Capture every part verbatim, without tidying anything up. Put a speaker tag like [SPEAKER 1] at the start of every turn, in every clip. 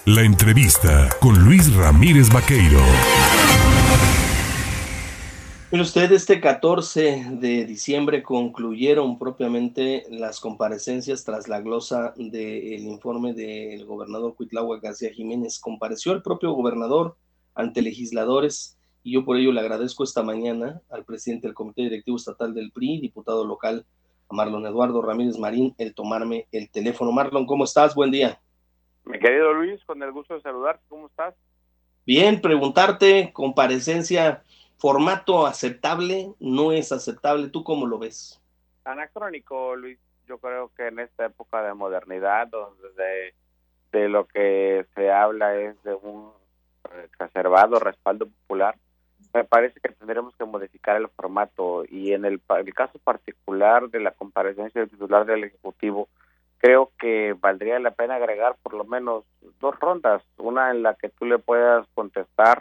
[SPEAKER 1] La entrevista con Luis Ramírez Vaqueiro.
[SPEAKER 2] Mire usted, este catorce de diciembre concluyeron propiamente las comparecencias tras la glosa del informe del gobernador Cuitláhuac García Jiménez. Compareció el propio gobernador ante legisladores y yo por ello le agradezco esta mañana al presidente del Comité Directivo Estatal del P R I, diputado local, a Marlon Eduardo Ramírez Marín, el tomarme el teléfono. Marlon, ¿cómo estás? Buen día.
[SPEAKER 3] Mi querido Luis, con el gusto de saludarte, ¿cómo estás?
[SPEAKER 2] Bien, preguntarte, comparecencia, formato aceptable, no es aceptable, ¿tú cómo lo ves?
[SPEAKER 3] Anacrónico, Luis. Yo creo que en esta época de modernidad, donde de, de lo que se habla es de un exacerbado respaldo popular, me parece que tendremos que modificar el formato. Y en el, el caso particular de la comparecencia del titular del Ejecutivo, creo que valdría la pena agregar por lo menos dos rondas, una en la que tú le puedas contestar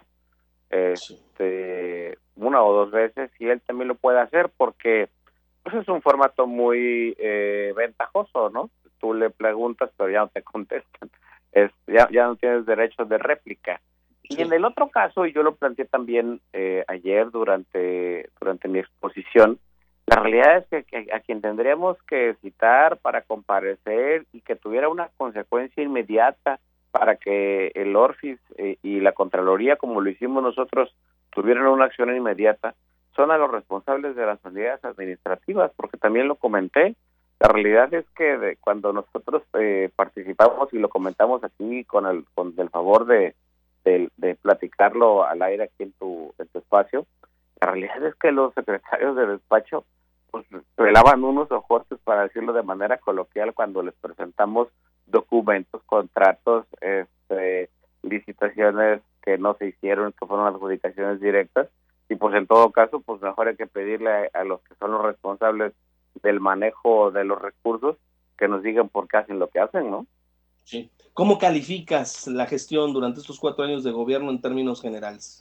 [SPEAKER 3] este, una o dos veces y él también lo puede hacer, porque pues es un formato muy eh, ventajoso, ¿no? Tú le preguntas pero ya no te contestan, es, ya, ya no tienes derechos de réplica. Sí. Y en el otro caso, y yo lo planteé también eh, ayer durante, durante mi exposición, la realidad es que, que a quien tendríamos que citar para comparecer y que tuviera una consecuencia inmediata para que el Orfis eh, y la Contraloría, como lo hicimos nosotros, tuvieran una acción inmediata, son a los responsables de las unidades administrativas, porque también lo comenté. La realidad es que de, cuando nosotros eh, participamos y lo comentamos aquí con el con el favor de, de, de platicarlo al aire aquí en tu, en tu espacio, la realidad es que los secretarios de despacho pues pelaban unos ojotes, para decirlo de manera coloquial, cuando les presentamos documentos, contratos, este, licitaciones que no se hicieron, que fueron adjudicaciones directas, y pues en todo caso, pues mejor hay que pedirle a, a los que son los responsables del manejo de los recursos que nos digan por qué hacen lo que hacen, ¿no?
[SPEAKER 2] Sí. ¿Cómo calificas la gestión durante estos cuatro años de gobierno en términos generales?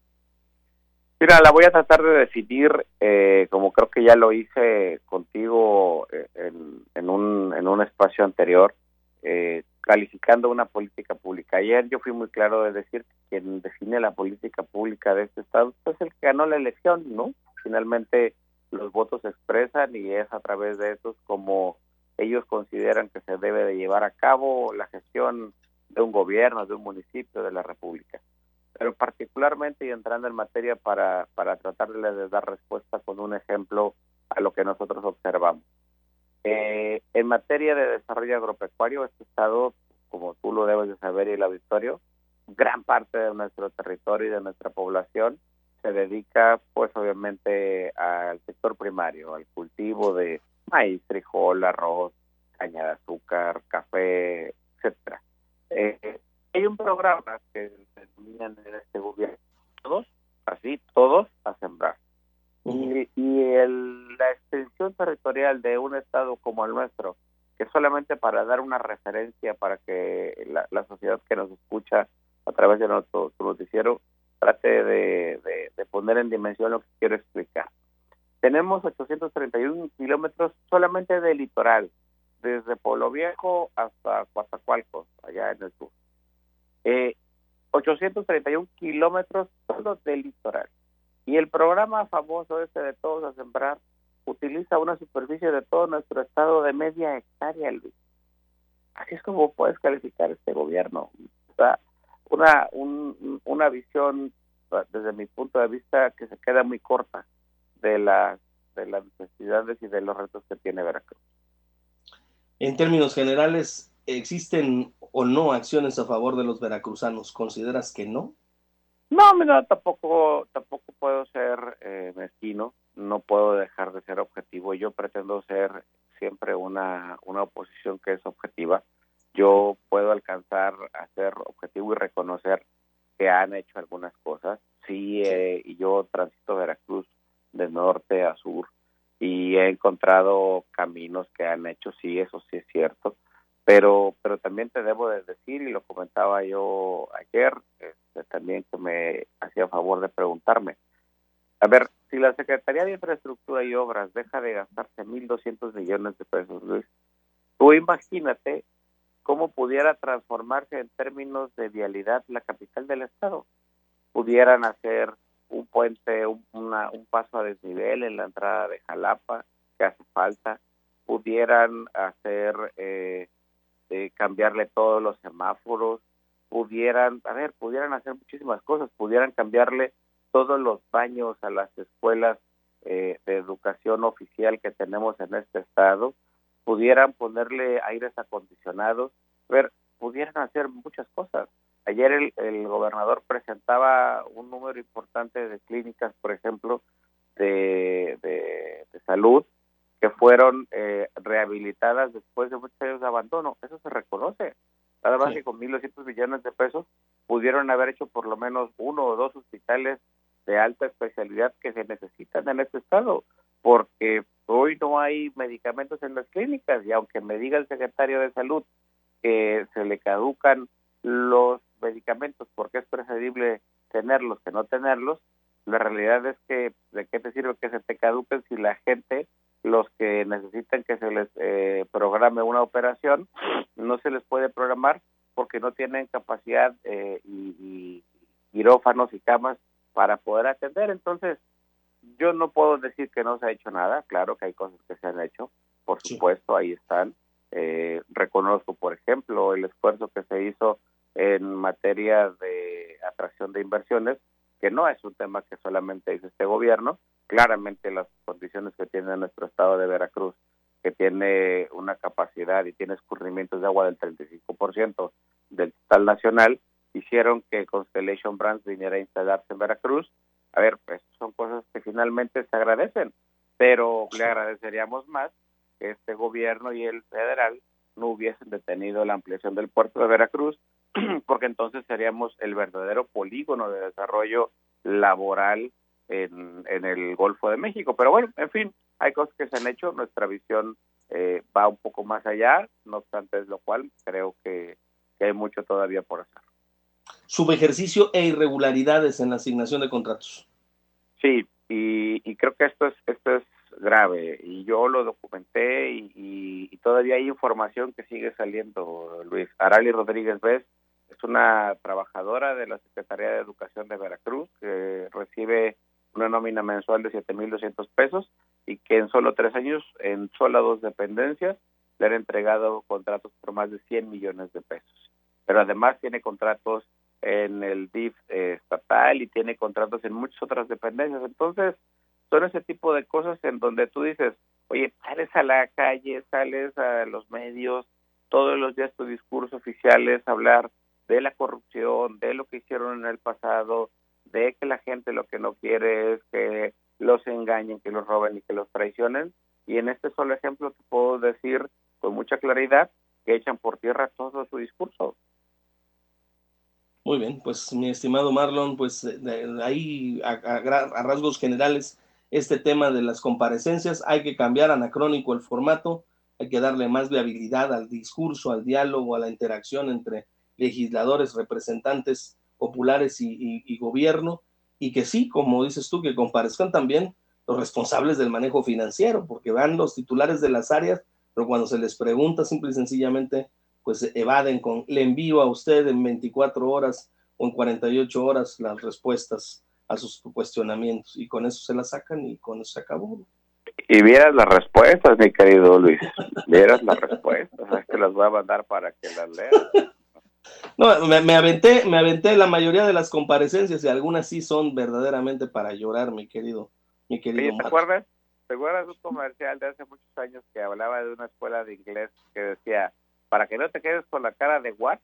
[SPEAKER 3] Mira, la voy a tratar de definir, eh, como creo que ya lo hice contigo en, en, un, en un espacio anterior, eh, calificando una política pública. Ayer yo fui muy claro de decir que quien define la política pública de este estado es el que ganó la elección, ¿no? Finalmente los votos se expresan y es a través de esos como ellos consideran que se debe de llevar a cabo la gestión de un gobierno, de un municipio, de la república. Pero particularmente, y entrando en materia para, para tratarle de dar respuesta con un ejemplo a lo que nosotros observamos. Eh, en materia de desarrollo agropecuario, este estado, como tú lo debes de saber y el auditorio, gran parte de nuestro territorio y de nuestra población se dedica, pues obviamente, al sector primario, al cultivo de maíz, frijol, arroz, caña de azúcar, café, etcétera. Eh, hay un programa que se denominan en este gobierno, todos, así, todos a sembrar. Y, y el, la extensión territorial de un estado como el nuestro, que solamente para dar una referencia para que la, la sociedad que nos escucha a través de nuestro noticiero trate de, de, de poner en dimensión lo que quiero explicar. Tenemos ochocientos treinta y uno kilómetros solamente de litoral, desde Pueblo Viejo hasta Coatzacoalcos, allá en el sur. Eh, ochocientos treinta y uno kilómetros solo del litoral. Y el programa famoso este de Todos a Sembrar utiliza una superficie de todo nuestro estado de media hectárea, Luis. Así es como puedes calificar este gobierno. O sea, una, un, una visión, desde mi punto de vista, que se queda muy corta de, la, de las necesidades y de los retos que tiene Veracruz.
[SPEAKER 2] En términos generales, ¿existen o no acciones a favor de los veracruzanos? ¿Consideras que no?
[SPEAKER 3] No, mira, tampoco, tampoco puedo ser eh, mezquino, no puedo dejar de ser objetivo. Yo pretendo ser siempre una, una oposición que es objetiva. Yo puedo alcanzar a ser objetivo y reconocer que han hecho algunas cosas. Sí, eh, y yo transito Veracruz de norte a sur y he encontrado caminos que han hecho, sí, eso sí es cierto. Pero pero también te debo de decir, y lo comentaba yo ayer, este, también que me hacía favor de preguntarme, a ver, si la Secretaría de Infraestructura y Obras deja de gastarse mil doscientos millones de pesos, Luis, tú imagínate cómo pudiera transformarse en términos de vialidad la capital del estado. Pudieran hacer un puente, un, una, un paso a desnivel en la entrada de Jalapa, que hace falta. Pudieran hacer, eh, eh, cambiarle todos los semáforos, pudieran, a ver, pudieran hacer muchísimas cosas, pudieran cambiarle todos los baños a las escuelas eh, de educación oficial que tenemos en este estado, pudieran ponerle aires acondicionados, a ver, pudieran hacer muchas cosas. Ayer el, el gobernador presentaba un número importante de clínicas, por ejemplo, de, de, de salud, que fueron eh, rehabilitadas después de muchos años de abandono. Eso se reconoce. Nada más sí. que con mil doscientos millones de pesos pudieron haber hecho por lo menos uno o dos hospitales de alta especialidad que se necesitan en este estado, porque hoy no hay medicamentos en las clínicas, y aunque me diga el secretario de Salud que se le caducan los medicamentos porque es preferible tenerlos que no tenerlos, la realidad es que ¿de qué te sirve que se te caduquen si la gente, los que necesitan que se les eh, programe una operación, no se les puede programar porque no tienen capacidad eh, y, y quirófanos y camas para poder atender? Entonces, yo no puedo decir que no se ha hecho nada, claro que hay cosas que se han hecho, por supuesto, ahí están. Eh, reconozco, por ejemplo, el esfuerzo que se hizo en materia de atracción de inversiones, que no es un tema que solamente hizo este gobierno. Claramente las condiciones que tiene nuestro estado de Veracruz, que tiene una capacidad y tiene escurrimientos de agua del treinta y cinco por ciento del total nacional, hicieron que Constellation Brands viniera a instalarse en Veracruz. A ver, pues son cosas que finalmente se agradecen, pero le agradeceríamos más que este gobierno y el federal no hubiesen detenido la ampliación del puerto de Veracruz, porque entonces seríamos el verdadero polígono de desarrollo laboral en, en el Golfo de México. Pero bueno, en fin, hay cosas que se han hecho, nuestra visión eh, va un poco más allá, no obstante es lo cual creo que, que hay mucho todavía por hacer.
[SPEAKER 2] Subejercicio e irregularidades en la asignación de contratos.
[SPEAKER 3] Sí, y, y creo que esto es esto es grave, y yo lo documenté, y, y, y todavía hay información que sigue saliendo, Luis. Arali Rodríguez Vez es una trabajadora de la Secretaría de Educación de Veracruz que recibe una nómina mensual de siete mil doscientos pesos y que en solo tres años, en solo dos dependencias, le han entregado contratos por más de cien millones de pesos. Pero además tiene contratos en el D I F eh, estatal y tiene contratos en muchas otras dependencias. Entonces, son ese tipo de cosas en donde tú dices, oye, sales a la calle, sales a los medios, todos los días tu discurso oficial es hablar de la corrupción, de lo que hicieron en el pasado, de que la gente lo que no quiere es que los engañen, que los roben y que los traicionen. Y en este solo ejemplo te puedo decir con mucha claridad que echan por tierra todo su discurso.
[SPEAKER 2] Muy bien, pues mi estimado Marlon, pues de ahí a, a, a rasgos generales este tema de las comparecencias, hay que cambiar anacrónico el formato, hay que darle más viabilidad al discurso, al diálogo, a la interacción entre legisladores, representantes populares y, y, y gobierno, y que sí, como dices tú, que comparezcan también los responsables del manejo financiero, porque van los titulares de las áreas, pero cuando se les pregunta simple y sencillamente pues evaden con, le envío a usted en veinticuatro horas o en cuarenta y ocho horas las respuestas a sus cuestionamientos, y con eso se las sacan y con eso se acabó.
[SPEAKER 3] Y vieras las respuestas, mi querido Luis, vieras las respuestas, es que las voy a mandar para que las leas.
[SPEAKER 2] No, me, me aventé, me aventé la mayoría de las comparecencias y algunas sí son verdaderamente para llorar, mi querido, mi querido.
[SPEAKER 3] Oye, ¿te acuerdas? ¿Te acuerdas de un comercial de hace muchos años que hablaba de una escuela de inglés que decía, para que no te quedes con la cara de what?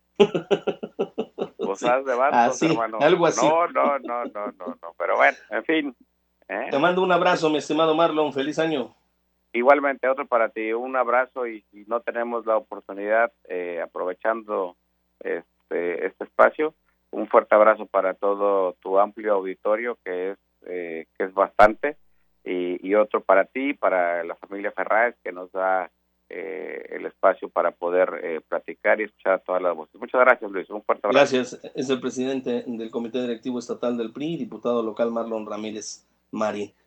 [SPEAKER 3] Pues
[SPEAKER 2] sí.
[SPEAKER 3] haz de bandos,
[SPEAKER 2] así,
[SPEAKER 3] hermano.
[SPEAKER 2] Algo así.
[SPEAKER 3] No, no, no, no, no, no. Pero bueno, en fin. ¿eh?
[SPEAKER 2] Te mando un abrazo, mi estimado Marlon. Feliz año.
[SPEAKER 3] Igualmente, otro para ti. Un abrazo, y si no tenemos la oportunidad, eh, aprovechando este, este espacio, un fuerte abrazo para todo tu amplio auditorio, que es, eh, que es bastante, y, y otro para ti, para la familia Ferráez, que nos da Eh, el espacio para poder eh, platicar y escuchar todas las voces. Muchas gracias, Luis. Un fuerte abrazo.
[SPEAKER 2] Gracias. Es el presidente del Comité Directivo Estatal del P R I, diputado local Marlon Ramírez Marín.